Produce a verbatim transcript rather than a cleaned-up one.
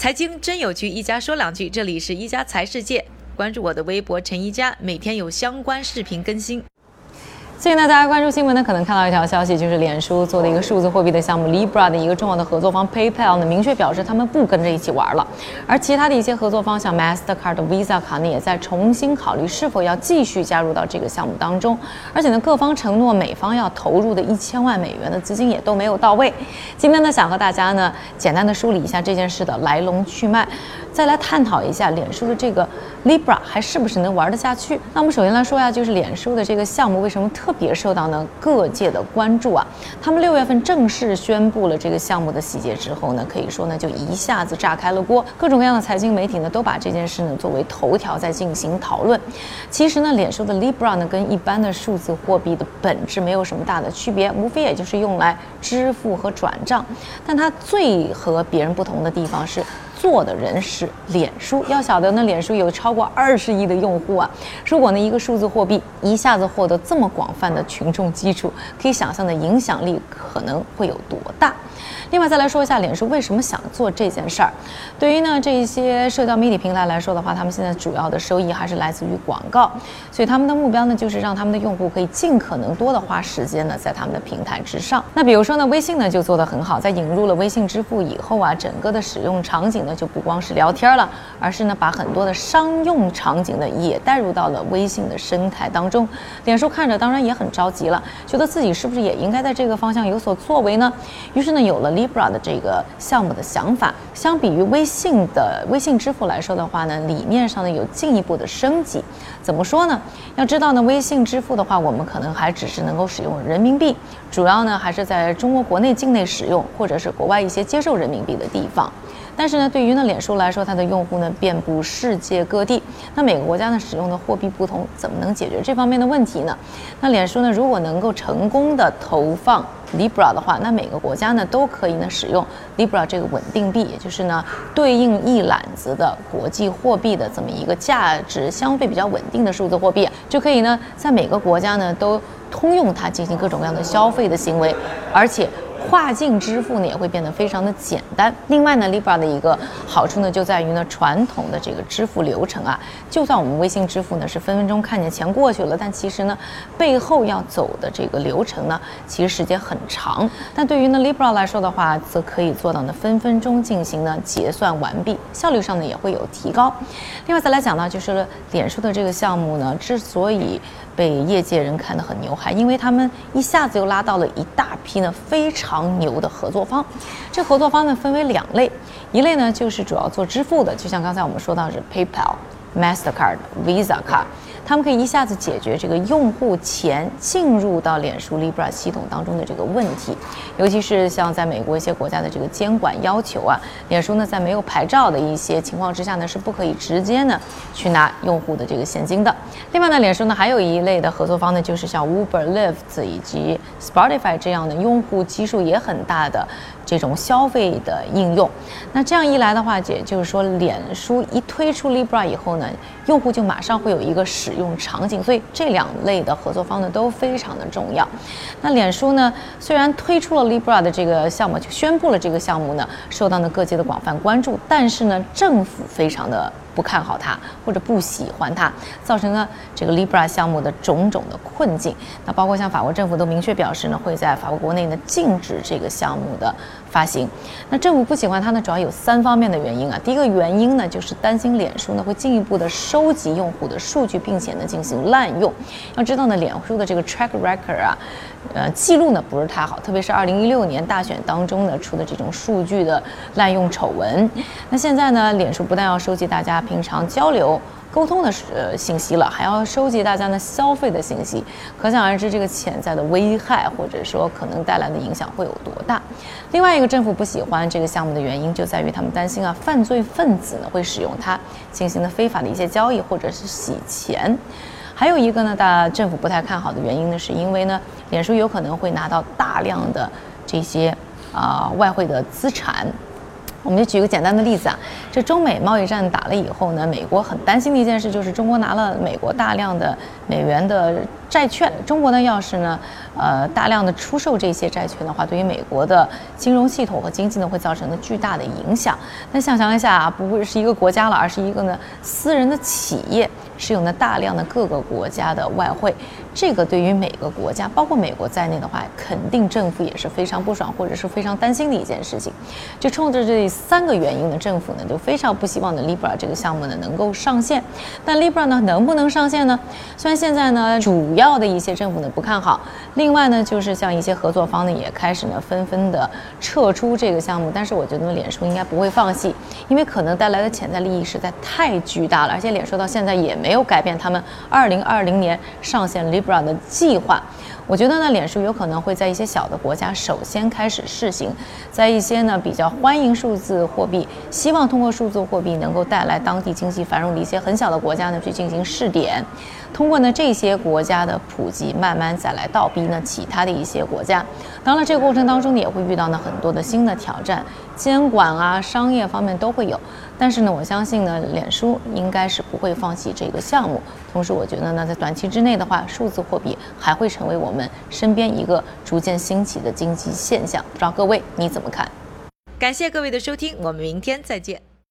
财经真有趣，一家说两句，这里是一家财世界，关注我的微博陈一家，每天有相关视频更新。最近呢，大家关注新闻呢，可能看到一条消息，就是脸书做的一个数字货币的项目 Libra 的一个重要的合作方 PayPal 呢，明确表示他们不跟着一起玩了。而其他的一些合作方，像 Mastercard、Visa 卡呢，也在重新考虑是否要继续加入到这个项目当中。而且呢，各方承诺美方要投入的一千万美元的资金也都没有到位。今天呢，想和大家呢，简单的梳理一下这件事的来龙去脉，再来探讨一下脸书的这个 Libra 还是不是能玩得下去。那我们首先来说呀，就是脸书的这个项目为什么特别受到呢各界的关注啊？他们六月份正式宣布了这个项目的细节之后呢，可以说呢就一下子炸开了锅，各种各样的财经媒体呢都把这件事呢作为头条在进行讨论。其实呢，脸书的 Libra 呢跟一般的数字货币的本质没有什么大的区别，无非也就是用来支付和转账。但它最和别人不同的地方是，做的人是脸书。要晓得呢，脸书有超过二十亿的用户啊。如果呢一个数字货币一下子获得这么广泛的群众基础，可以想象的影响力可能会有多大。另外再来说一下脸书为什么想做这件事儿。对于呢这些社交媒体平台来说的话，他们现在主要的收益还是来自于广告，所以他们的目标呢就是让他们的用户可以尽可能多的花时间呢在他们的平台之上。那比如说呢，微信呢就做得很好，在引入了微信支付以后啊，整个的使用场景呢就不光是聊天了，而是呢把很多的商用场景呢也带入到了微信的生态当中。脸书看着当然也很着急了，觉得自己是不是也应该在这个方向有所作为呢？于是呢有了 Libra 的这个项目的想法。相比于微信的微信支付来说的话呢，理念上呢有进一步的升级。怎么说呢？要知道呢，微信支付的话，我们可能还只是能够使用人民币，主要呢还是在中国国内境内使用，或者是国外一些接受人民币的地方。但是呢，对于呢脸书来说，它的用户呢遍布世界各地，那每个国家呢使用的货币不同，怎么能解决这方面的问题呢？那脸书呢如果能够成功的投放 Libra 的话，那每个国家呢都可以呢使用 Libra 这个稳定币，也就是呢对应一揽子的国际货币的这么一个价值相对比较稳定的数字货币，就可以呢在每个国家呢都通用它进行各种各样的消费的行为，而且跨境支付呢也会变得非常的简单。另外呢 Libra 的一个好处呢就在于呢传统的这个支付流程啊，就算我们微信支付呢是分分钟看见钱过去了，但其实呢背后要走的这个流程呢其实时间很长。但对于呢 Libra 来说的话，则可以做到呢分分钟进行呢结算完毕，效率上呢也会有提高。另外再来讲呢，就是脸书的这个项目呢之所以被业界人看得很牛，还因为他们一下子又拉到了一大批呢非常牛的合作方。这合作方呢分为两类，一类呢就是主要做支付的，就像刚才我们说到是 PayPal、Mastercard、Visa 卡，他们可以一下子解决这个用户钱进入到脸书 Libra 系统当中的这个问题。尤其是像在美国一些国家的这个监管要求啊，脸书呢在没有牌照的一些情况之下呢，是不可以直接呢去拿用户的这个现金的。另外呢，脸书呢还有一类的合作方呢，就是像 Uber、Lyft 以及 Spotify 这样的用户基数也很大的这种消费的应用。那这样一来的话，也就是说脸书一推出 Libra 以后呢，用户就马上会有一个使用场景，所以这两类的合作方呢都非常的重要。那脸书呢虽然推出了 Libra 的这个项目，就宣布了这个项目呢受到呢各界的广泛关注，但是呢政府非常的不看好它，或者不喜欢它，造成了这个 Libra 项目的种种的困境。那包括像法国政府都明确表示呢，会在法国国内呢禁止这个项目的发行。那政府不喜欢它呢，主要有三方面的原因啊。第一个原因呢，就是担心脸书呢会进一步的收集用户的数据，并且呢进行滥用。要知道呢，脸书的这个 track record 啊，呃，记录呢不是太好，特别是二零一六年大选当中呢出的这种数据的滥用丑闻。那现在呢，脸书不但要收集大家平常交流沟通的呃信息了，还要收集大家呢消费的信息，可想而知这个潜在的危害或者说可能带来的影响会有多大。另外一个政府不喜欢这个项目的原因就在于他们担心啊犯罪分子呢会使用它进行的非法的一些交易或者是洗钱。还有一个呢，大政府不太看好的原因呢，是因为呢脸书有可能会拿到大量的这些啊、呃、外汇的资产。 我们就举个简单的例子啊，这中美贸易战打了以后呢，美国很担心的一件事就是中国拿了美国大量的美元的债券，中国呢要是呢，呃，大量的出售这些债券的话，对于美国的金融系统和经济呢会造成的巨大的影响。那想象一下啊，不会是一个国家了，而是一个呢私人的企业，持有呢大量的各个国家的外汇，这个对于每个国家，包括美国在内的话，肯定政府也是非常不爽或者是非常担心的一件事情。就冲着这三个原因呢，政府呢就非常不希望的 Libra 这个项目呢能够上线。但 Libra 呢能不能上线呢？虽然现在呢主要的一些政府呢不看好，另外呢就是像一些合作方呢也开始呢纷纷的撤出这个项目，但是我觉得脸书应该不会放弃，因为可能带来的潜在利益实在太巨大了，而且脸书到现在也没有改变他们二零二零年上线 Libra 的计划。我觉得呢，脸书有可能会在一些小的国家首先开始试行，在一些呢比较欢迎数字货币，希望通过数字货币能够带来当地经济繁荣的一些很小的国家呢去进行试点，通过呢这些国家的普及，慢慢再来倒逼呢其他的一些国家。当然，这个过程当中呢也会遇到呢很多的新的挑战，监管啊、商业方面都会有。但是呢，我相信呢，脸书应该是不会放弃这个项目。同时，我觉得呢，在短期之内的话，数字货币还会成为我们身边一个逐渐兴起的经济现象。不知道各位你怎么看？ 感谢各位的收听，我们明天再见。